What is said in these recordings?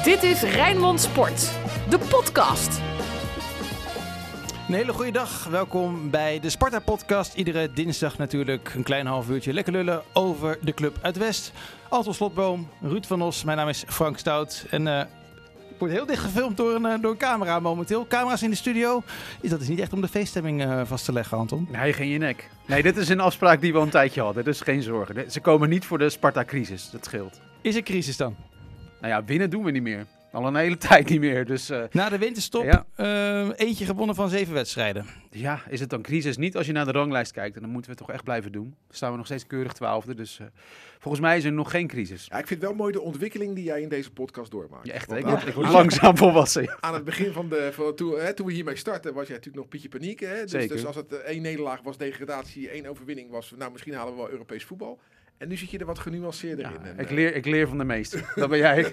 Dit is Rijnmond Sport, de podcast. Een hele goede dag. Welkom bij de Sparta-podcast. Iedere dinsdag natuurlijk een klein half uurtje lekker lullen over de club uit West. Anton Slotboom, Ruud van Os, mijn naam is Frank Stout. En ik word heel dicht gefilmd door een camera momenteel. Camera's in de studio. Dat is niet echt om de feeststemming vast te leggen, Anton. Nee, geen je nek. Nee, dit is een afspraak die we al een tijdje hadden, dus geen zorgen. Ze komen niet voor de Sparta-crisis, dat scheelt. Is er crisis dan? Nou ja, winnen doen we niet meer. Al een hele tijd niet meer. Dus, na de winterstop, eentje gewonnen van 7 wedstrijden. Ja, is het dan crisis? Niet als je naar de ranglijst kijkt. En dan moeten we het toch echt blijven doen. Dan staan we nog steeds keurig 12e. Dus volgens mij is er nog geen crisis. Ja, ik vind het wel mooi de ontwikkeling die jij in deze podcast doormaakt. Ja, echt, Want ik word langzaam volwassen. Ja. Aan het begin toen we hiermee starten was jij natuurlijk nog Pietje Paniek. Hè? Dus als het 1 nederlaag was, degradatie, 1 overwinning was, nou misschien halen we wel Europees voetbal. En nu zit je er wat genuanceerder in. En, ik leer van de meesten. Dat ben jij.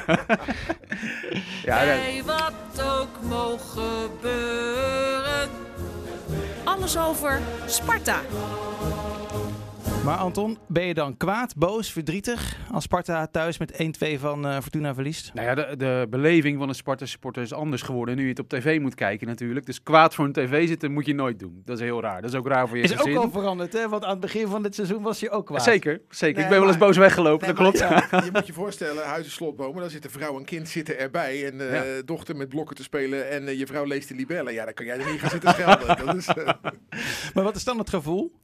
Hey, wat ook mogen gebeuren. Alles over Sparta. Maar Anton, ben je dan kwaad, boos, verdrietig als Sparta thuis met 1-2 van Fortuna verliest? Nou ja, de beleving van een Sparta-supporter is anders geworden nu je het op tv moet kijken natuurlijk. Dus kwaad voor een tv zitten moet je nooit doen. Dat is heel raar. Dat is ook raar voor je gezin. Is ook al veranderd, hè? Want aan het begin van dit seizoen was je ook kwaad. Zeker. Nee, ik ben wel eens boos weggelopen, dat klopt. Ja, je moet je voorstellen, Huizen Slotbomen, daar zitten vrouw en kind zitten erbij. En dochter met blokken te spelen en je vrouw leest de libellen. Ja, dan kan jij er niet gaan zitten schelden. Dat is, Maar wat is dan het gevoel?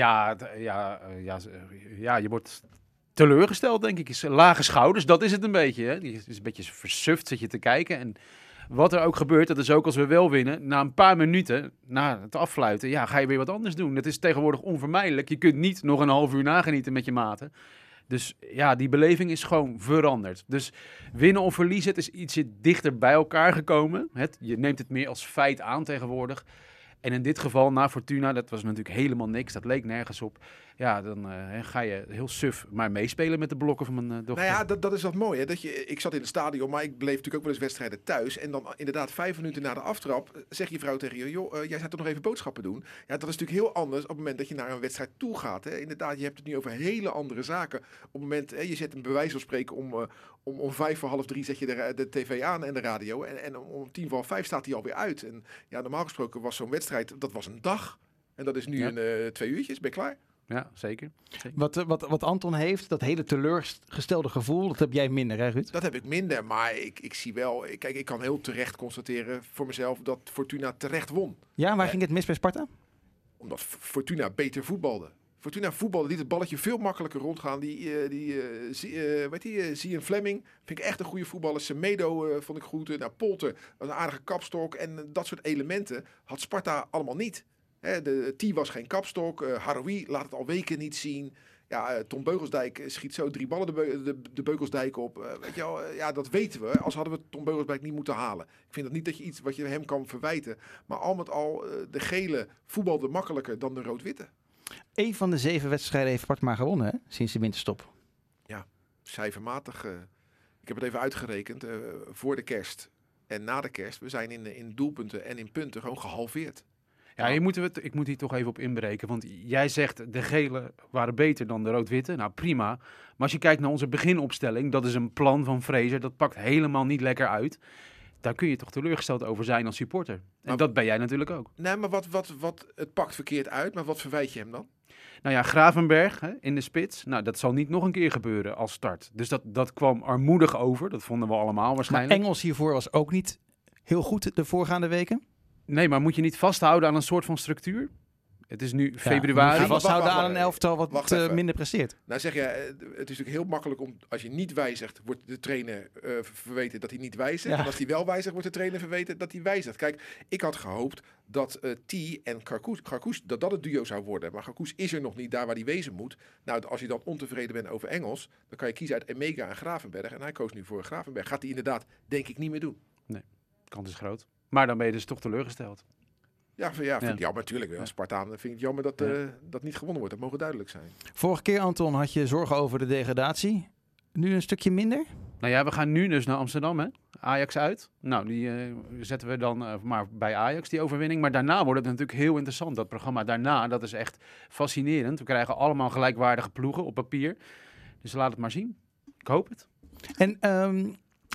Ja, je wordt teleurgesteld, denk ik. Lage schouders, dat is het een beetje. Hè? Je is een beetje versuft, zit je te kijken. En wat er ook gebeurt, dat is ook als we wel winnen. Na een paar minuten, na het affluiten, ga je weer wat anders doen. Dat is tegenwoordig onvermijdelijk. Je kunt niet nog een half uur nagenieten met je maten. Dus ja, die beleving is gewoon veranderd. Dus winnen of verliezen, het is ietsje dichter bij elkaar gekomen. Je neemt het meer als feit aan tegenwoordig. En in dit geval, na Fortuna, dat was natuurlijk helemaal niks. Dat leek nergens op. Ja, dan ga je heel suf maar meespelen met de blokken van mijn dochter. Nou ja, dat is wat mooi. Hè? Ik zat in het stadion, maar ik bleef natuurlijk ook wel eens wedstrijden thuis. En dan inderdaad 5 minuten na de aftrap zegt je vrouw tegen je, joh, jij zou toch nog even boodschappen doen? Ja, dat is natuurlijk heel anders op het moment dat je naar een wedstrijd toe gaat. Hè? Inderdaad, je hebt het nu over hele andere zaken. Op het moment, je zet een bewijs van spreken om 2:55 zet je de tv aan en de radio. En om 4:45 staat die alweer uit. En ja, normaal gesproken was zo'n wedstrijd, dat was een dag. En dat is nu 2 uurtjes, ben je klaar? Ja, zeker. Wat Anton heeft, dat hele teleurgestelde gevoel, dat heb jij minder, hè Ruud? Dat heb ik minder, maar ik zie wel... Kijk, ik kan heel terecht constateren voor mezelf dat Fortuna terecht won. Ja, waar ging het mis bij Sparta? Omdat Fortuna beter voetbalde. Fortuna voetbalde, liet het balletje veel makkelijker rondgaan. Zian Fleming vind ik echt een goede voetballer. Semedo vond ik goed. Polter was een aardige kapstok. En dat soort elementen had Sparta allemaal niet. De T was geen kapstok. Haroui laat het al weken niet zien. Ja, Tom Beugelsdijk schiet zo 3 ballen de Beugelsdijk op. Weet je wel, ja, dat weten we. Als hadden we Tom Beugelsdijk niet moeten halen. Ik vind dat niet dat je iets wat je hem kan verwijten. Maar al met al, de gele voetbalde makkelijker dan de rood-witte. 1 van de 7 wedstrijden heeft Sparta maar gewonnen, hè? Sinds de winterstop. Ja, cijfermatig. Ik heb het even uitgerekend. Voor de kerst en na de kerst. We zijn in doelpunten en in punten gewoon gehalveerd. Ja, ik moet hier toch even op inbreken. Want jij zegt de gele waren beter dan de rood-witte. Nou, prima. Maar als je kijkt naar onze beginopstelling, dat is een plan van Fraser. Dat pakt helemaal niet lekker uit. Daar kun je toch teleurgesteld over zijn als supporter. En maar, dat ben jij natuurlijk ook. Nee, maar het pakt verkeerd uit. Maar wat verwijt je hem dan? Nou ja, Gravenberg in de spits. Nou, dat zal niet nog een keer gebeuren als start. Dus dat kwam armoedig over. Dat vonden we allemaal waarschijnlijk. Maar Engels hiervoor was ook niet heel goed de voorgaande weken? Nee, maar moet je niet vasthouden aan een soort van structuur? Het is nu februari. Ja, vasthouden aan een elftal wat minder presteert. Nou zeg je, het is natuurlijk heel makkelijk om, als je niet wijzigt, wordt de trainer verweten dat hij niet wijzigt. Ja. En als hij wel wijzigt, wordt de trainer verweten dat hij wijzigt. Kijk, ik had gehoopt dat T en Garkous, dat het duo zou worden. Maar Garkous is er nog niet daar waar hij wezen moet. Nou, als je dan ontevreden bent over Engels, dan kan je kiezen uit Emega en Gravenberg. En hij koos nu voor Gravenberg. Gaat hij inderdaad, denk ik, niet meer doen. Nee, de kans is groot. Maar dan ben je dus toch teleurgesteld. Ja, vind ik jammer natuurlijk. Als Spartaan vind ik het jammer dat niet gewonnen wordt. Dat mogen duidelijk zijn. Vorige keer, Anton, had je zorgen over de degradatie. Nu een stukje minder? Nou ja, we gaan nu dus naar Amsterdam, hè? Ajax uit. Nou, die zetten we dan maar bij Ajax, die overwinning. Maar daarna wordt het natuurlijk heel interessant, dat programma. Daarna, dat is echt fascinerend. We krijgen allemaal gelijkwaardige ploegen op papier. Dus laat het maar zien. Ik hoop het. En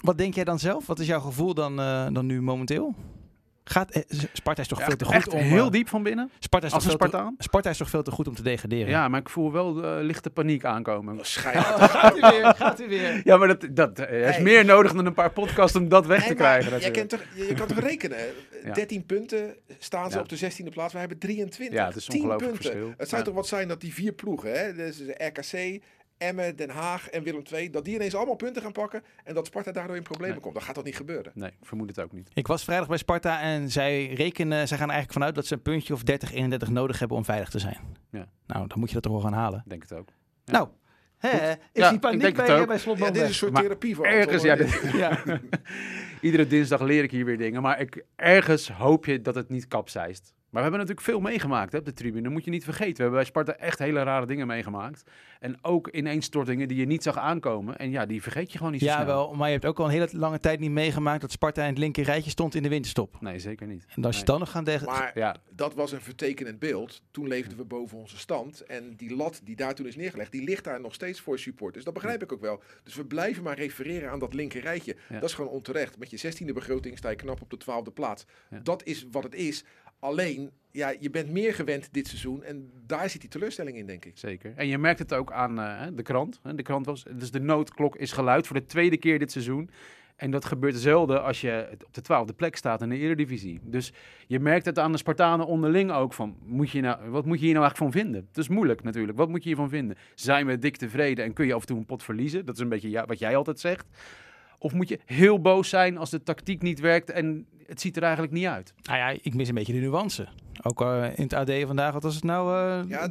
Wat denk jij dan zelf? Wat is jouw gevoel dan nu momenteel? Sparta is toch veel te goed echt om... heel diep van binnen. Sparta is, Als toch een veel te, Spartaan? Sparta is toch veel te goed om te degraderen? Ja, maar ik voel wel lichte paniek aankomen. Gaat u weer. Ja, maar dat is meer nodig dan een paar podcasts om dat weg te krijgen. Je kan toch rekenen? Ja. 13 punten staan ze Ja. op de 16e plaats. Wij hebben 23. Ja, het is 10 ongelooflijk punten. verschil. Het zou Ja. toch wat zijn dat die 4 ploegen, hè? Dus RKC, Emmen, Den Haag en Willem II, dat die ineens allemaal punten gaan pakken en dat Sparta daardoor in problemen komt. Dat gaat toch niet gebeuren? Nee, ik vermoed het ook niet. Ik was vrijdag bij Sparta en zij gaan eigenlijk vanuit dat ze een puntje of 30, 31 nodig hebben om veilig te zijn. Ja. Nou, dan moet je dat toch wel gaan halen. Ik denk het ook. Ja. Nou, is Ja, die ik paniek denk het bij ook. Slotboom Ja, dit is een weg? soort Maar therapie voor ergens, Anton. ja, iedere dinsdag leer ik hier weer dingen. Maar ergens hoop je dat het niet kapseist. Maar we hebben natuurlijk veel meegemaakt hè, op de tribune. Dat moet je niet vergeten. We hebben bij Sparta echt hele rare dingen meegemaakt. En ook ineenstortingen die je niet zag aankomen. En ja, die vergeet je gewoon niet zo Ja, snel. wel, maar je hebt ook al een hele lange tijd niet meegemaakt dat Sparta in het linker rijtje stond in de winterstop. Nee, zeker niet. En als je Nee. dan nog gaan degraderen... Maar Ja, dat was een vertekenend beeld. Toen leefden we boven onze stand. En die lat die daar toen is neergelegd, die ligt daar nog steeds voor supporters. Dat begrijp ik ook wel. Dus we blijven maar refereren aan dat linker rijtje. Ja. Dat is gewoon onterecht. Met je 16e begroting sta je knap op de 12e plaats. Ja. Dat is wat het is. Alleen, ja, je bent meer gewend dit seizoen. En daar zit die teleurstelling in, denk ik. zeker. En je merkt het ook aan de krant. De krant was, dus de noodklok is geluid voor de tweede keer dit seizoen. En dat gebeurt zelden als je op de 12e plek staat in de Eredivisie. Dus je merkt het aan de Spartanen onderling ook van, wat moet je hier nou eigenlijk van vinden? Het is moeilijk natuurlijk. Wat moet je hiervan vinden? Zijn we dik tevreden en kun je af en toe een pot verliezen? Dat is een beetje wat jij altijd zegt. Of moet je heel boos zijn als de tactiek niet werkt en het ziet er eigenlijk niet uit? Nou ja, ik mis een beetje de nuance. Ook in het AD vandaag, wat was het nou? Ja,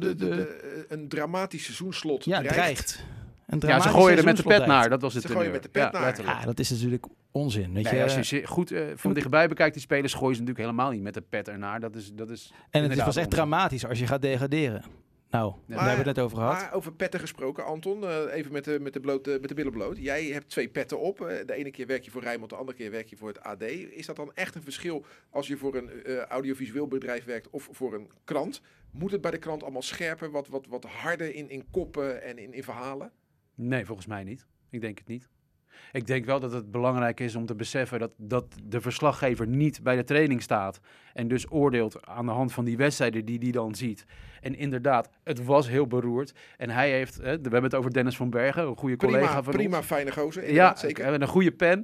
een dramatisch seizoensslot dreigt. Een Ja, ze dramatisch gooien er met de seizoenslot pet naar. dreigt. Dat was het Ze gooien teneur. met de pet naar. letterlijk. Ja, dat is natuurlijk onzin. Weet Nee, je? als je goed van dichtbij bekijkt, die spelers gooien ze natuurlijk helemaal niet met de pet ernaar. Dat is En het is inderdaad pas echt onzin. dramatisch als je gaat degraderen. Nou, daar hebben we het net over gehad. Maar over petten gesproken, Anton. Even met de billen bloot. Jij hebt 2 petten op. De ene keer werk je voor Rijnmond, de andere keer werk je voor het AD. Is dat dan echt een verschil als je voor een audiovisueel bedrijf werkt of voor een krant? Moet het bij de krant allemaal scherper, wat harder in koppen en in verhalen? Nee, volgens mij niet. Ik denk het niet. Ik denk wel dat het belangrijk is om te beseffen dat de verslaggever niet bij de training staat. En dus oordeelt aan de hand van die wedstrijden die hij dan ziet. En inderdaad, het was heel beroerd. En hij heeft, we hebben het over Dennis van Bergen, een goede collega van Prima, ons. fijne gozer. Ja, Inderdaad, zeker. en een goede pen.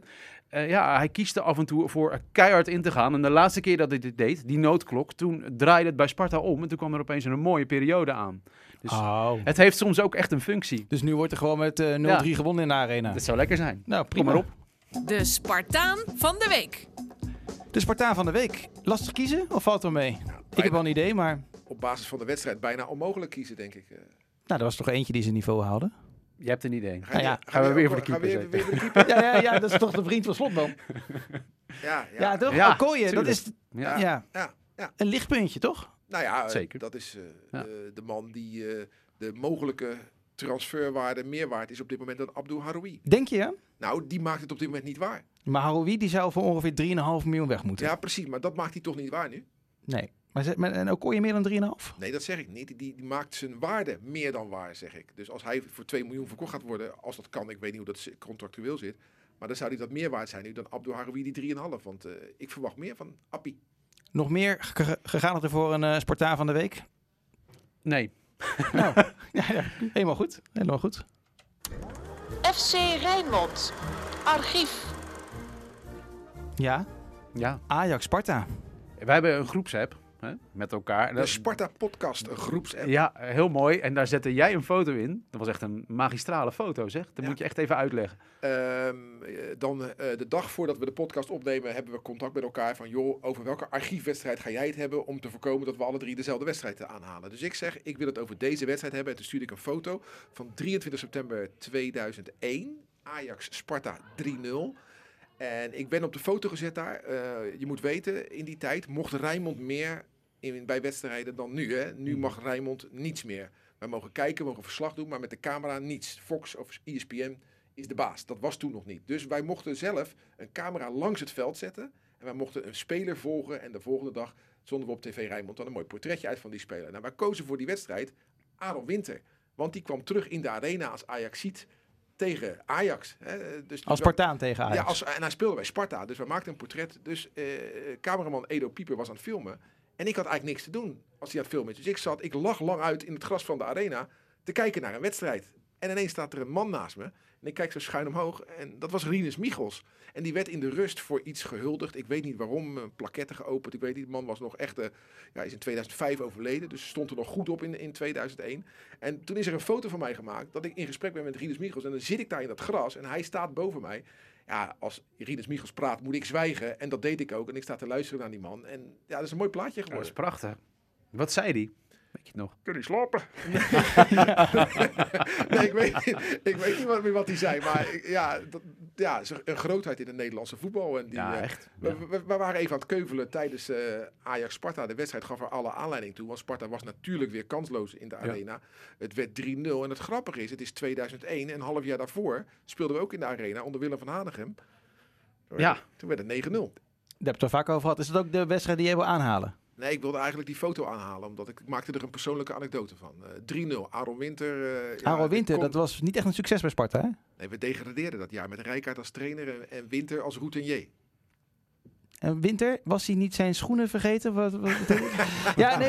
Hij kiest er af en toe voor keihard in te gaan. En de laatste keer dat hij dit deed, die noodklok, toen draaide het bij Sparta om. En toen kwam er opeens een mooie periode aan. Dus het heeft soms ook echt een functie. Dus nu wordt er gewoon met 0-3 gewonnen in de arena. Dat zou lekker zijn. Nou, Kom prima. maar op. De Spartaan van de week. De Spartaan van de week. Lastig kiezen of valt er mee? Ik heb wel een idee, maar... Op basis van de wedstrijd bijna onmogelijk kiezen, denk ik. Nou, er was toch eentje die zijn niveau haalde. Je hebt een idee. Gaan we weer voor de keeper Gaan we weer zetten. voor de keeper? Ja, dat is toch de vriend van Slotboom? Ja. toch? Ja, Okoye, dat tuurlijk. is Ja. Ja. een lichtpuntje, toch? Nou ja, Zeker. dat is Ja. de man die de mogelijke transferwaarde meer waard is op dit moment dan Abdul Haroui. Denk je, hè? Nou, die maakt het op dit moment niet waar. Maar Haroui die zou voor ongeveer 3,5 miljoen weg moeten. Ja, precies. Maar dat maakt hij toch niet waar nu? Nee. Maar en Okoye meer dan 3,5? Nee, dat zeg ik niet. Die maakt zijn waarde meer dan waar, zeg ik. Dus als hij voor 2 miljoen verkocht gaat worden, als dat kan, ik weet niet hoe dat contractueel zit, maar dan zou hij dat meer waard zijn nu dan Abdul Haroui die 3,5. Want ik verwacht meer van Appie. Nog meer gegaan voor een Spartaan van de week? Nee. Nou, ja, helemaal goed. Helemaal goed. FC Rijnmond. Archief. Ja, Ja. Ajax Sparta. Wij hebben een groepsapp met elkaar. De Sparta Podcast, een groepsapp. Ja, heel mooi. En daar zette jij een foto in. Dat was echt een magistrale foto, zeg. Dat Ja. moet je echt even uitleggen. De dag voordat we de podcast opnemen, hebben we contact met elkaar van, joh, over welke archiefwedstrijd ga jij het hebben om te voorkomen dat we alle 3 dezelfde wedstrijd aanhalen. Dus ik zeg, ik wil het over deze wedstrijd hebben. En toen stuurde ik een foto van 23 september 2001. Ajax Sparta 3-0. En ik ben op de foto gezet daar. Je moet weten, in die tijd mocht Rijnmond meer bij wedstrijden dan nu. Hè? Nu mag Rijnmond niets meer. Wij mogen kijken, mogen verslag doen, maar met de camera niets. Fox of ESPN is de baas. Dat was toen nog niet. Dus wij mochten zelf een camera langs het veld zetten. En wij mochten een speler volgen. En de volgende dag zonden we op TV Rijnmond dan een mooi portretje uit van die speler. Nou, wij kozen voor die wedstrijd Adel Winter. Want die kwam terug in de arena als Ajaxiet tegen Ajax. Dus Als Spartaan tegen Ajax. En hij speelde bij Sparta, dus we maakten een portret. Dus cameraman Edo Pieper was aan het filmen. En ik had eigenlijk niks te doen als hij aan het filmen is. Dus ik lag lang uit in het gras van de arena te kijken naar een wedstrijd. En ineens staat er een man naast me. En ik kijk zo schuin omhoog. En dat was Rinus Michels. En die werd in de rust voor iets gehuldigd. Ik weet niet waarom. Plaketten geopend. Ik weet niet. De man was nog echt... is in 2005 overleden. Dus stond er nog goed op in 2001. En toen is er een foto van mij gemaakt. Dat ik in gesprek ben met Rinus Michels. En dan zit ik daar in dat gras. En hij staat boven mij. Ja, als Rinus Michels praat moet ik zwijgen. En dat deed ik ook. En ik sta te luisteren naar die man. En ja, dat is een mooi plaatje geworden. Dat is prachtig. Wat zei die? Weet je het nog? Kun je slapen? Nee, ik weet niet meer wat hij zei. Maar een grootheid in het Nederlandse voetbal. En die, Echt. We waren even aan het keuvelen tijdens Ajax-Sparta. De wedstrijd gaf er alle aanleiding toe. Want Sparta was natuurlijk weer kansloos in de arena. Het werd 3-0. En het grappige is, het is 2001. En een half jaar daarvoor speelden we ook in de arena onder Willem van Hanegem. Toen werd het 9-0. Daar heb je het al vaak over gehad. Is het ook de wedstrijd die je wil aanhalen? Nee, ik wilde eigenlijk die foto aanhalen, omdat ik maakte er een persoonlijke anekdote van. 3-0, Aaron Winter. Aaron Winter, dat was niet echt een succes bij Sparta, hè? Nee, we degradeerden dat jaar met Rijkaard als trainer en Winter als routinier. En Winter, was hij niet zijn schoenen vergeten? Ja,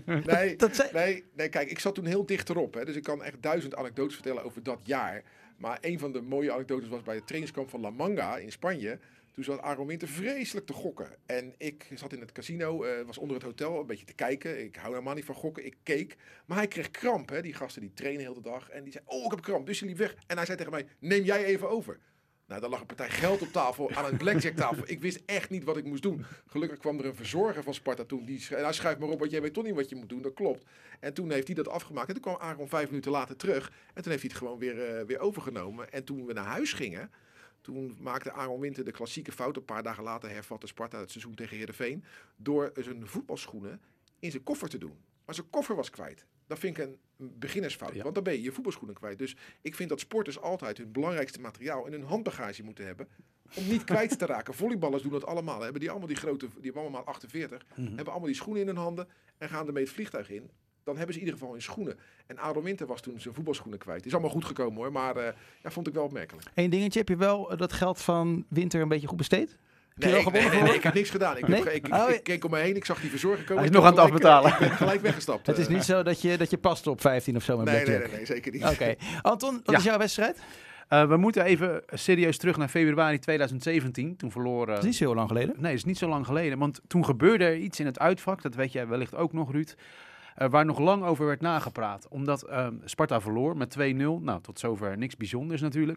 nee. Nee, kijk, ik zat toen heel dicht erop. Hè, dus ik kan echt 1000 anekdotes vertellen over dat jaar. Maar een van de mooie anekdotes was bij het trainingskamp van La Manga in Spanje. Toen zat Aaron Winter vreselijk te gokken. En ik zat in het casino, was onder het hotel een beetje te kijken. Ik hou helemaal niet van gokken, ik keek. Maar hij kreeg kramp, hè. Die gasten die trainen heel de dag. En die zei, ik heb kramp. Dus hij liep weg. En hij zei tegen mij, neem jij even over. Nou, dan lag een partij geld op tafel, aan een blackjack-tafel. Ik wist echt niet wat ik moest doen. Gelukkig kwam er een verzorger van Sparta toen. Hij schuift maar op, want jij weet toch niet wat je moet doen. Dat klopt. En toen heeft hij dat afgemaakt. En toen kwam Aaron 5 minuten later terug. En toen heeft hij het gewoon weer overgenomen. En toen we naar huis gingen... Toen maakte Aaron Winter de klassieke fout. Een paar dagen later hervatte Sparta het seizoen tegen Heerenveen. Door zijn voetbalschoenen in zijn koffer te doen. Maar zijn koffer was kwijt. Dat vind ik een beginnersfout. Want dan ben je je voetbalschoenen kwijt. Dus ik vind dat sporters altijd hun belangrijkste materiaal in hun handbagage moeten hebben. Om niet kwijt te raken. Volleyballers doen dat allemaal. Hebben die allemaal die grote, die hebben allemaal 48. Hebben allemaal die schoenen in hun handen. En gaan ermee het vliegtuig in. Dan hebben ze in ieder geval hun schoenen. En Aaron Winter was toen zijn voetbalschoenen kwijt. Is allemaal goed gekomen hoor, maar vond ik wel opmerkelijk. Eén dingetje, heb je wel dat geld van Winter een beetje goed besteed? Nee, ik heb niks gedaan. Ik keek om me heen, ik zag die verzorger komen. Hij is nog aan het afbetalen. Ik ben gelijk weggestapt. Het is niet zo dat je past op 15 of zo met blackjack. Nee, zeker niet. Oké. Anton, wat is jouw wedstrijd? We moeten even serieus terug naar februari 2017. Toen verloor... Dat is niet zo heel lang geleden. Nee, het is niet zo lang geleden. Want toen gebeurde er iets in het uitvak. Dat weet jij wellicht ook nog, Ruud. Waar nog lang over werd nagepraat. Omdat Sparta verloor met 2-0. Nou, tot zover niks bijzonders natuurlijk.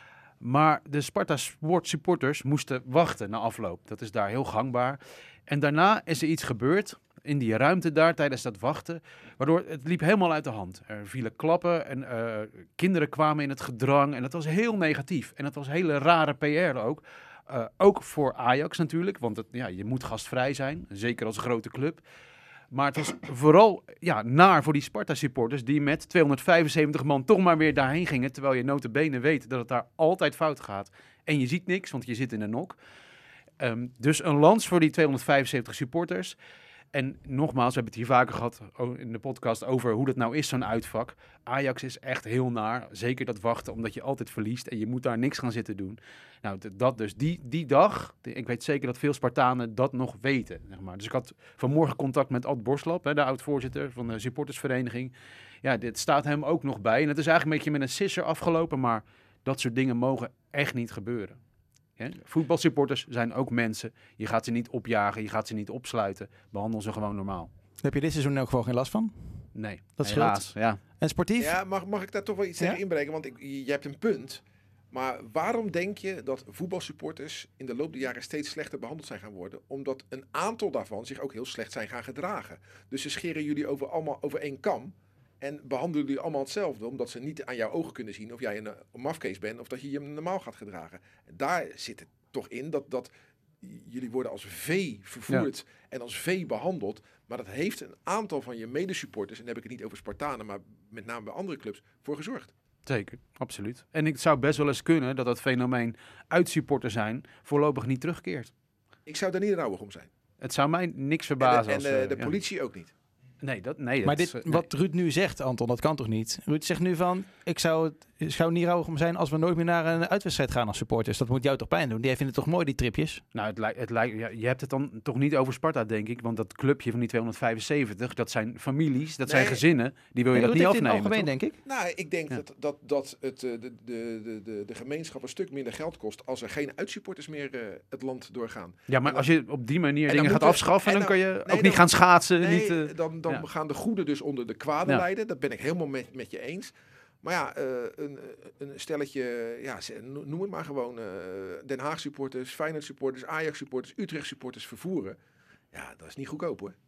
Maar de Sparta Sport supporters moesten wachten na afloop. Dat is daar heel gangbaar. En daarna is er iets gebeurd in die ruimte daar tijdens dat wachten. Waardoor het liep helemaal uit de hand. Er vielen klappen en kinderen kwamen in het gedrang. En dat was heel negatief. En dat was hele rare PR ook. Ook voor Ajax natuurlijk. Want je moet gastvrij zijn. Zeker als grote club. Maar het was vooral naar voor die Sparta-supporters die met 275 man toch maar weer daarheen gingen. Terwijl je nota bene weet dat het daar altijd fout gaat. En je ziet niks, want je zit in een nok. Dus een lans voor die 275 supporters. En nogmaals, we hebben het hier vaker gehad in de podcast over hoe dat nou is, zo'n uitvak. Ajax is echt heel naar. Zeker dat wachten, omdat je altijd verliest en je moet daar niks gaan zitten doen. Nou, dat dus die dag, ik weet zeker dat veel Spartanen dat nog weten. Zeg maar. Dus ik had vanmorgen contact met Ad Borslap, de oud-voorzitter van de supportersvereniging. Ja, dit staat hem ook nog bij. En het is eigenlijk een beetje met een sisser afgelopen, maar dat soort dingen mogen echt niet gebeuren. Voetbalsupporters zijn ook mensen. Je gaat ze niet opjagen, je gaat ze niet opsluiten. Behandel ze gewoon normaal. Heb je dit seizoen ook gewoon geen last van? Nee, dat is helaas. Ja. En sportief? Ja, mag ik daar toch wel iets tegen inbrengen? Want je hebt een punt. Maar waarom denk je dat voetbalsupporters in de loop der jaren steeds slechter behandeld zijn gaan worden? Omdat een aantal daarvan zich ook heel slecht zijn gaan gedragen. Dus ze scheren jullie allemaal over één kam. En behandelen jullie allemaal hetzelfde, omdat ze niet aan jouw ogen kunnen zien of jij een mafkees bent of dat je je normaal gaat gedragen. En daar zit het toch in dat jullie worden als vee vervoerd en als vee behandeld. Maar dat heeft een aantal van je medesupporters, en dan heb ik het niet over Spartanen, maar met name bij andere clubs, voor gezorgd. Zeker, absoluut. En het zou best wel eens kunnen dat dat fenomeen uitsupporter zijn voorlopig niet terugkeert. Ik zou daar niet rouwig om zijn. Het zou mij niks verbazen. En de politie ook niet. Nee, Maar wat Ruud nu zegt, Anton, dat kan toch niet? Ruud zegt nu van, ik zou niet rouwig om zijn als we nooit meer naar een uitwedstrijd gaan als supporters. Dat moet jou toch pijn doen? Jij vindt het toch mooi, die tripjes? Nou, het lijkt, je hebt het dan toch niet over Sparta, denk ik. Want dat clubje van die 275, dat zijn families, dat zijn gezinnen. Die wil je dat niet afnemen. In het algemeen, denk ik. Nou, ik denk dat het de gemeenschap een stuk minder geld kost als er geen uitsupporters meer het land doorgaan. Ja, maar als je op die manier en dingen gaat afschaffen, dan kan je ook niet gaan schaatsen. Nee, dan gaan de goede dus onder de kwade lijden. Dat ben ik helemaal met je eens. Maar ja, een stelletje, noem het maar gewoon, Den Haag supporters, Feyenoord supporters, Ajax supporters, Utrecht supporters vervoeren. Ja, dat is niet goedkoop hoor.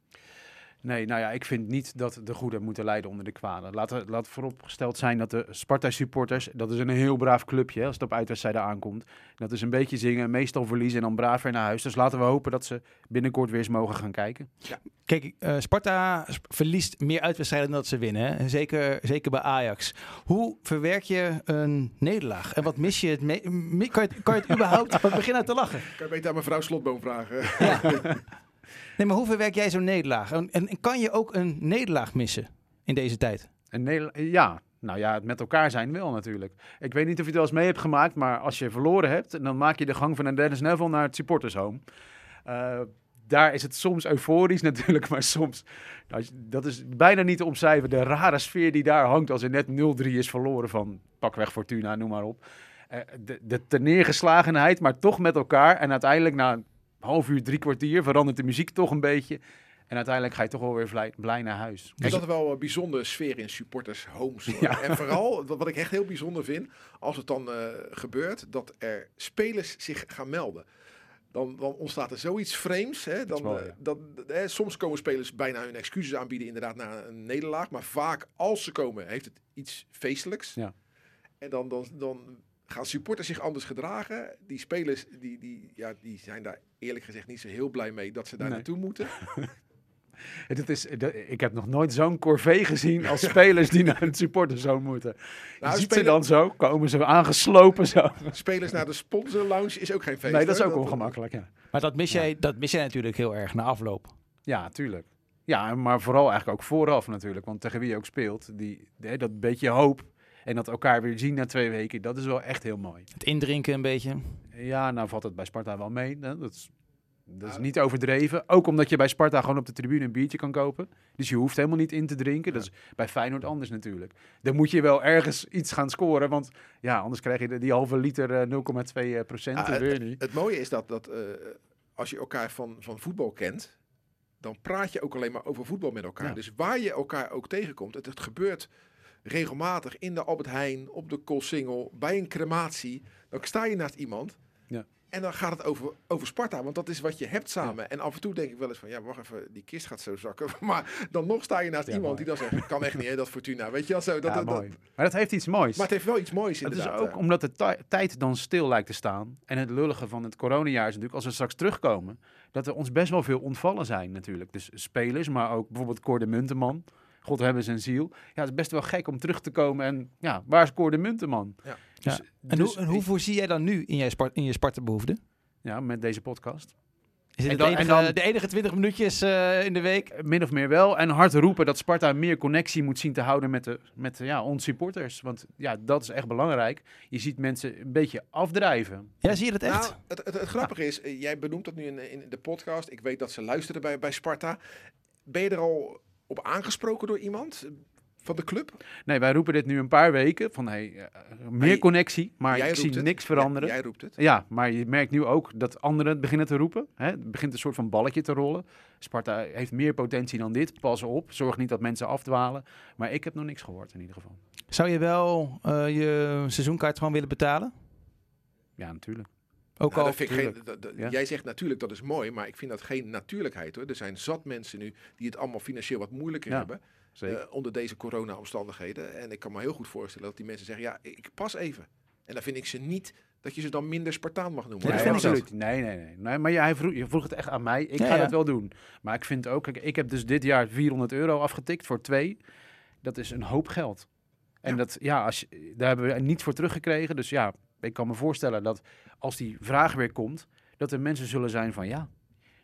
Nee, nou ja, ik vind niet dat de goede moeten lijden onder de kwade. Laat vooropgesteld zijn dat de Sparta-supporters, dat is een heel braaf clubje hè, als het op uitwedstrijden aankomt. Dat is een beetje zingen, meestal verliezen en dan braaf weer naar huis. Dus laten we hopen dat ze binnenkort weer eens mogen gaan kijken. Ja. Kijk, Sparta verliest meer uitwedstrijden dan dat ze winnen. Hè? Zeker bij Ajax. Hoe verwerk je een nederlaag? En wat mis je? Kan je het überhaupt beginnen te lachen? Kan je beter aan mevrouw Slotboom vragen? Ja. Nee, maar hoe verwerk jij zo'n nederlaag? En kan je ook een nederlaag missen in deze tijd? Ja, nou ja, het met elkaar zijn wel natuurlijk. Ik weet niet of je het wel eens mee hebt gemaakt, maar als je verloren hebt, dan maak je de gang van een Dennis Neville naar het supportershome. Daar is het soms euforisch natuurlijk, maar soms, dat is bijna niet te omschrijven. De rare sfeer die daar hangt als er net 0-3 is verloren van pakweg Fortuna, noem maar op. De terneergeslagenheid, maar toch met elkaar en uiteindelijk na half uur, 3 kwartier verandert de muziek toch een beetje. En uiteindelijk ga je toch wel weer blij naar huis. Dus dat is wel een bijzondere sfeer in supporters homes. Ja. En vooral, wat ik echt heel bijzonder vind, als het dan gebeurt, dat er spelers zich gaan melden. Dan ontstaat er zoiets vreemds. Hè? Soms komen spelers bijna hun excuses aanbieden inderdaad na een nederlaag. Maar vaak als ze komen, heeft het iets feestelijks. Ja. En dan gaan supporters zich anders gedragen. Die spelers die zijn daar eerlijk gezegd niet zo heel blij mee dat ze daar naartoe moeten. Ik heb nog nooit zo'n corvée gezien als spelers die naar een supporterzone moeten. Je ziet ze dan zo, komen ze aangeslopen zo. Spelers naar de sponsor lounge is ook geen feest. Nee, dat is ook ongemakkelijk, ja. Maar dat mis jij natuurlijk heel erg na afloop. Ja, tuurlijk. Ja, maar vooral eigenlijk ook vooraf natuurlijk. Want tegen wie je ook speelt, dat beetje hoop en dat elkaar weer zien na 2 weken, dat is wel echt heel mooi. Het indrinken een beetje. Ja, nou valt het bij Sparta wel mee. Hè? Dat is niet overdreven. Ook omdat je bij Sparta gewoon op de tribune een biertje kan kopen. Dus je hoeft helemaal niet in te drinken. Dat is bij Feyenoord anders natuurlijk. Dan moet je wel ergens iets gaan scoren. Want ja, anders krijg je die halve liter 0,2%. Het mooie is dat als je elkaar van voetbal kent, dan praat je ook alleen maar over voetbal met elkaar. Ja. Dus waar je elkaar ook tegenkomt, het gebeurt regelmatig in de Albert Heijn, op de Koolsingel, bij een crematie. Dan sta je naast iemand. Ja. En dan gaat het over Sparta, want dat is wat je hebt samen. Ja. En af en toe denk ik wel eens van, ja, wacht even, die kist gaat zo zakken. Maar dan nog sta je naast iemand die dan zegt, kan echt niet, hè, dat Fortuna. Weet je wel zo. Mooi. Maar dat heeft iets moois. Maar het heeft wel iets moois inderdaad. Het is ook omdat de tijd dan stil lijkt te staan. En het lullige van het coronajaar is natuurlijk, als we straks terugkomen, dat er ons best wel veel ontvallen zijn natuurlijk. Dus spelers, maar ook bijvoorbeeld Cor de Munteman. God hebben zijn ziel. Ja, het is best wel gek om terug te komen. En ja, waar is Cor de Munteman? Ja. Dus, en hoe voorzie jij dan nu in je Sparta-behoeften? Ja, met deze podcast. Is het de enige 20 minuutjes in de week? Min of meer wel. En hard roepen dat Sparta meer connectie moet zien te houden met ons supporters. Want ja, dat is echt belangrijk. Je ziet mensen een beetje afdrijven. Ja, zie je dat echt? Nou, het grappige is, jij benoemt dat nu in de podcast. Ik weet dat ze luisteren bij Sparta. Ben je er al op aangesproken door iemand van de club? Nee, wij roepen dit nu een paar weken. Van meer connectie, maar ik zie niks veranderen. Jij roept het. Ja, maar je merkt nu ook dat anderen het beginnen te roepen. Hè? Het begint een soort van balletje te rollen. Sparta heeft meer potentie dan dit. Pas op, zorg niet dat mensen afdwalen. Maar ik heb nog niks gehoord in ieder geval. Zou je wel je seizoenkaart gewoon willen betalen? Ja, natuurlijk. Ook al. Jij zegt natuurlijk, dat is mooi, maar ik vind dat geen natuurlijkheid hoor. Er zijn zat mensen nu die het allemaal financieel wat moeilijker hebben. Onder deze corona-omstandigheden. En ik kan me heel goed voorstellen dat die mensen zeggen, ja, ik pas even. En dan vind ik ze niet dat je ze dan minder Spartaan mag noemen. Nee, absoluut. Nee. Maar je vroeg het echt aan mij. Ik ga dat wel doen. Maar ik vind ook, ik heb dus dit jaar €400 afgetikt voor 2. Dat is een hoop geld. En daar hebben we niet voor teruggekregen. Dus ja, ik kan me voorstellen dat als die vraag weer komt, dat er mensen zullen zijn van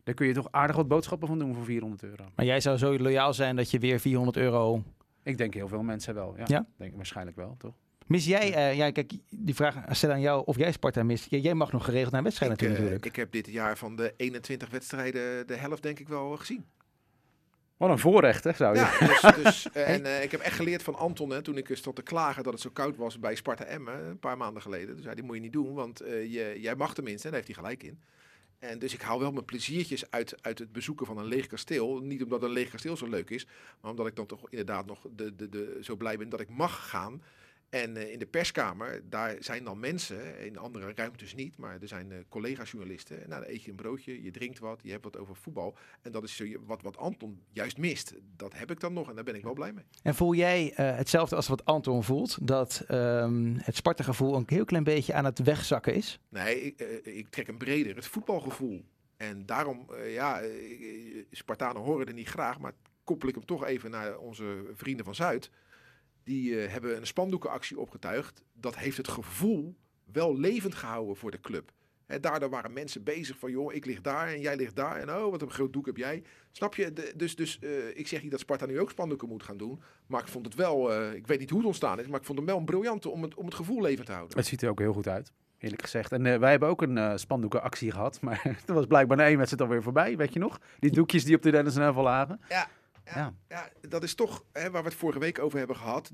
Daar kun je toch aardig wat boodschappen van doen voor €400. Maar jij zou zo loyaal zijn dat je weer €400... Ik denk heel veel mensen wel. Ja, Ja? Denk ik waarschijnlijk wel, toch? Mis jij... kijk, die vraag stel aan jou of jij Sparta mist. Jij mag nog geregeld naar een wedstrijd natuurlijk. Ik heb dit jaar van de 21 wedstrijden de helft denk ik wel gezien. Wat een voorrecht, hè, zou je. En ik heb echt geleerd van Anton, hè, toen ik stond te klagen dat het zo koud was bij Sparta Emmen, een paar maanden geleden. Dus zei, die moet je niet doen, want jij mag tenminste, en daar heeft hij gelijk in. En dus ik haal wel mijn pleziertjes uit het bezoeken van een leeg kasteel. Niet omdat een leeg kasteel zo leuk is, maar omdat ik dan toch inderdaad nog zo blij ben dat ik mag gaan. En in de perskamer, daar zijn dan mensen, in andere ruimtes niet, maar er zijn collega-journalisten. En dan eet je een broodje, je drinkt wat, je hebt wat over voetbal. En dat is zo wat Anton juist mist. Dat heb ik dan nog en daar ben ik wel blij mee. En voel jij hetzelfde als wat Anton voelt? Dat het Sparta-gevoel een heel klein beetje aan het wegzakken is? Nee, ik trek hem breder. Het voetbalgevoel. En daarom, Spartanen horen er niet graag, maar koppel ik hem toch even naar onze vrienden van Zuid. Die hebben een spandoekenactie opgetuigd. Dat heeft het gevoel wel levend gehouden voor de club. Daardoor waren mensen bezig van, joh, ik lig daar en jij ligt daar. En oh, wat een groot doek heb jij. Snap je? Dus ik zeg niet dat Sparta nu ook spandoeken moet gaan doen. Maar ik vond het wel, ik weet niet hoe het ontstaan is, maar ik vond hem wel een briljante om het gevoel levend te houden. Het ziet er ook heel goed uit, eerlijk gezegd. En wij hebben ook een spandoekenactie gehad. Maar er was blijkbaar na 1 wedstrijd alweer voorbij, weet je nog? Die doekjes die op de Dennis en Heuvel lagen. Ja, dat is toch waar we het vorige week over hebben gehad.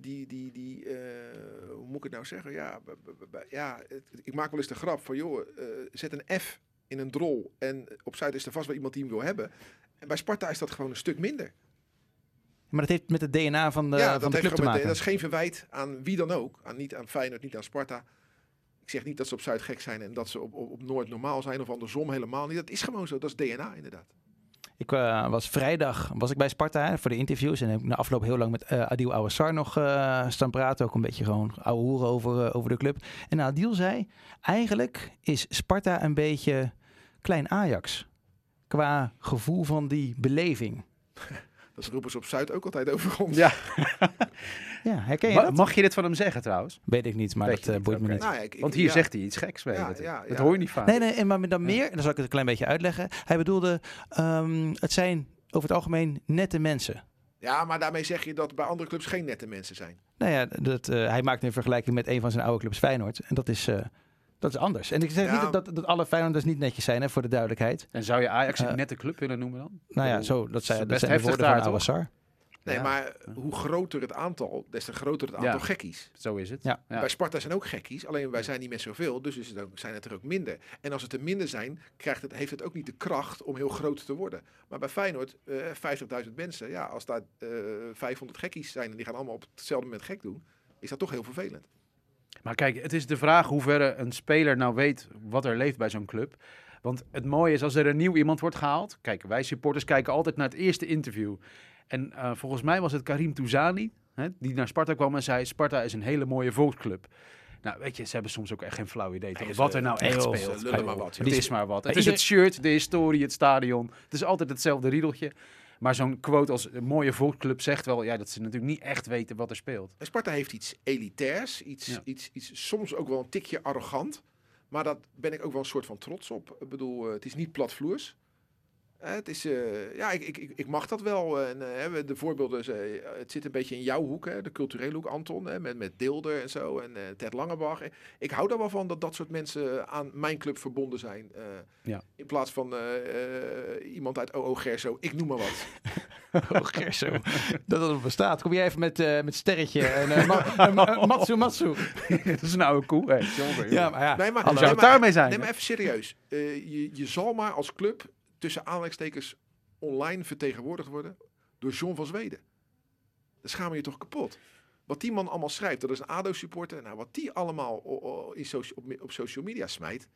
Hoe moet ik het nou zeggen? Ik maak wel eens de grap van, joh, zet een F in een drol. En op Zuid is er vast wel iemand die hem wil hebben. En bij Sparta is dat gewoon een stuk minder. Maar dat heeft met het DNA van de club te maken. Dat is geen verwijt aan wie dan ook. Niet aan Feyenoord, niet aan Sparta. Ik zeg niet dat ze op Zuid gek zijn en dat ze op Noord normaal zijn. Of andersom helemaal niet. Dat is gewoon zo. Dat is DNA inderdaad. Ik was vrijdag bij Sparta voor de interviews. En heb ik na afloop heel lang met Adil Ouassar nog staan praten. Ook een beetje gewoon ouwe hoeren over de club. En Adil zei, eigenlijk is Sparta een beetje klein Ajax. Qua gevoel van die beleving. Dat roepen ze op Zuid ook altijd over ons. Ja. Ja, herken je dat? Mag je dit van hem zeggen trouwens? Weet ik niet, maar Weet dat boeit me niet. Nou, Want hier zegt hij iets geks mee. Dat hoor je niet vaak. Nee, maar dan meer, en dan zal ik het een klein beetje uitleggen. Hij bedoelde, het zijn over het algemeen nette mensen. Ja, maar daarmee zeg je dat bij andere clubs geen nette mensen zijn. Nou ja, hij maakt een vergelijking met een van zijn oude clubs, Feyenoord. En dat is anders. En ik zeg niet dat alle Feyenoorders niet netjes zijn, hè, voor de duidelijkheid. En zou je Ajax een nette club willen noemen dan? Nou ja, dat zijn best de heftig woorden daar, van Ouassar. Nee, maar hoe groter het aantal, des te groter het aantal gekkies. Zo is het. Ja. Bij Sparta zijn ook gekkies, alleen wij zijn niet met zoveel, dus zijn het er ook minder. En als het er minder zijn, heeft het ook niet de kracht om heel groot te worden. Maar bij Feyenoord, 50.000 mensen, ja, als daar 500 gekkies zijn en die gaan allemaal op hetzelfde moment gek doen, is dat toch heel vervelend. Maar kijk, het is de vraag hoeverre een speler nou weet wat er leeft bij zo'n club. Want het mooie is, als er een nieuw iemand wordt gehaald. Kijk, wij supporters kijken altijd naar het eerste interview. En volgens mij was het Karim Touzani, die naar Sparta kwam en zei, Sparta is een hele mooie volksclub. Nou, weet je, ze hebben soms ook echt geen flauw idee toch, wat er nou echt speelt. Lullen maar wat. Het is maar wat. Het is het shirt, de historie, het stadion. Het is altijd hetzelfde riedeltje. Maar zo'n quote als een mooie volksclub zegt wel dat ze natuurlijk niet echt weten wat er speelt. En Sparta heeft iets elitairs, iets soms ook wel een tikje arrogant. Maar dat ben ik ook wel een soort van trots op. Ik bedoel, het is niet platvloers. Het is, ik mag dat wel. En de voorbeelden, het zit een beetje in jouw hoek, hè, de culturele hoek, Anton, hè, met Deelder en zo, en Ted Langebach. Ik hou er wel van dat soort mensen aan mijn club verbonden zijn. In plaats van iemand uit OO Gerso, ik noem maar wat. Oh, Gerso, dat het bestaat. Kom jij even met Sterretje en Matsu. Dat is een oude koe. Hè. Ja, maar ja. Nee, maar, zou het daarmee zijn? Nee, maar even serieus. Je zal maar als club tussen aanleidingstekens online vertegenwoordigd worden door John van Zweden. Dan schaam je toch kapot. Wat die man allemaal schrijft, dat is een ADO-supporter. Nou, wat die allemaal op social media smijt.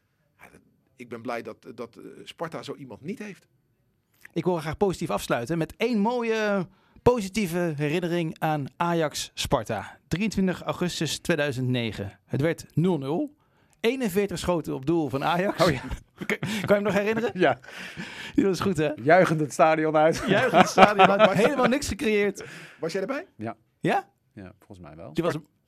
Ik ben blij dat Sparta zo iemand niet heeft. Ik wil graag positief afsluiten met 1 mooie positieve herinnering aan Ajax Sparta. 23 augustus 2009. Het werd 0-0. 41 schoten op doel van Ajax. Oh ja. Kan je hem nog herinneren? Ja. Die was goed, hè? Juichend het stadion uit. Juichend het stadion uit. Helemaal niks gecreëerd. Was jij erbij? Ja. Ja? Ja, volgens mij wel. Die was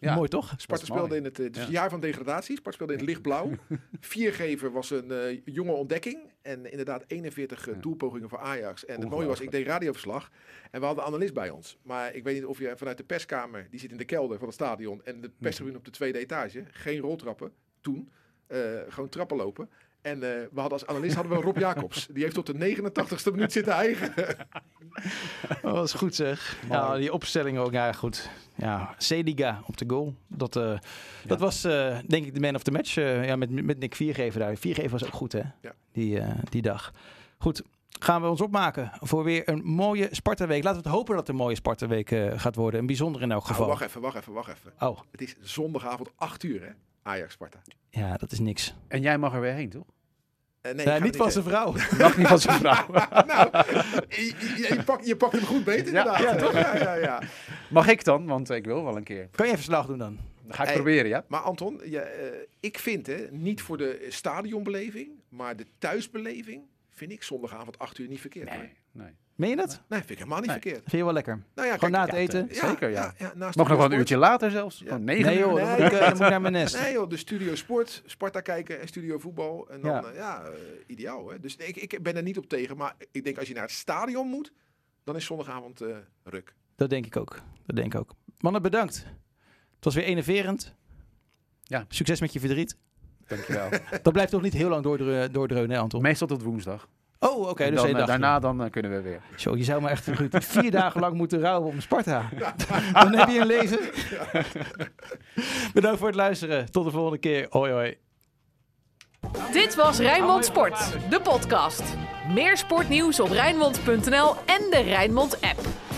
Ja. Mooi toch? Sparta Dat is speelde in het jaar van degradatie. Sparta speelde in het lichtblauw. Viergever was een jonge ontdekking. En inderdaad 41 doelpogingen voor Ajax. En het mooie was, ik deed radioverslag. En we hadden een analist bij ons. Maar ik weet niet of je vanuit de perskamer, die zit in de kelder van het stadion. En de perstribune op de tweede etage. Geen roltrappen toen. Gewoon trappen lopen. En we hadden als analist Rob Jacobs. Die heeft tot de 89ste minuut zitten eigen. Oh, dat is goed zeg. Ja, die opstelling ook, ja goed. Ja, Seliga op de goal. Dat was denk ik de man of the match. Met Nick Viergever daar. Viergever was ook goed hè, die dag. Goed, gaan we ons opmaken voor weer een mooie Sparta-week. Laten we het hopen dat het een mooie Sparta-week gaat worden. Een bijzonder in elk geval. Wacht even. Oh. Het is zondagavond 8 uur hè. Ajax-Sparta. Ja, dat is niks. En jij mag er weer heen, toch? Nee, niet van zijn vrouw. Mag niet van zijn vrouw. Nou, je pakt hem goed beet inderdaad. Ja, toch? Ja. Mag ik dan? Want ik wil wel een keer. Kan je even verslag doen dan? Dat ga ik proberen, ja. Maar Anton, ik vind niet voor de stadionbeleving, maar de thuisbeleving vind ik zondagavond 8 uur niet verkeerd. Nee. Meen je dat? Nee, vind ik helemaal niet verkeerd. Vind je wel lekker? Nou ja, Gewoon na het eten? Zeker, ja. naast Mag nog wel een Studio uurtje later zelfs. Ja. Gewoon 9 Nee uur. joh, dan moet ik naar mijn nest. Nee joh, de Studio Sport, Sparta kijken en Studio Voetbal. En dan, ideaal hè. Dus ik ben er niet op tegen, maar ik denk als je naar het stadion moet, dan is zondagavond ruk. Dat denk ik ook. Mannen, bedankt. Het was weer enerverend. Ja. Succes met je verdriet. Dankjewel. Dat blijft toch niet heel lang doordreunen, hè, Anton? Meestal tot woensdag. Oh, oké. En Dus dan, één dag. daarna kunnen we weer. Zo, je zou maar echt 4 dagen lang moeten rouwen om Sparta. Dan heb je een leven. Bedankt voor het luisteren. Tot de volgende keer. Hoi, hoi. Dit was Rijnmond Sport, de podcast. Meer sportnieuws op Rijnmond.nl en de Rijnmond app.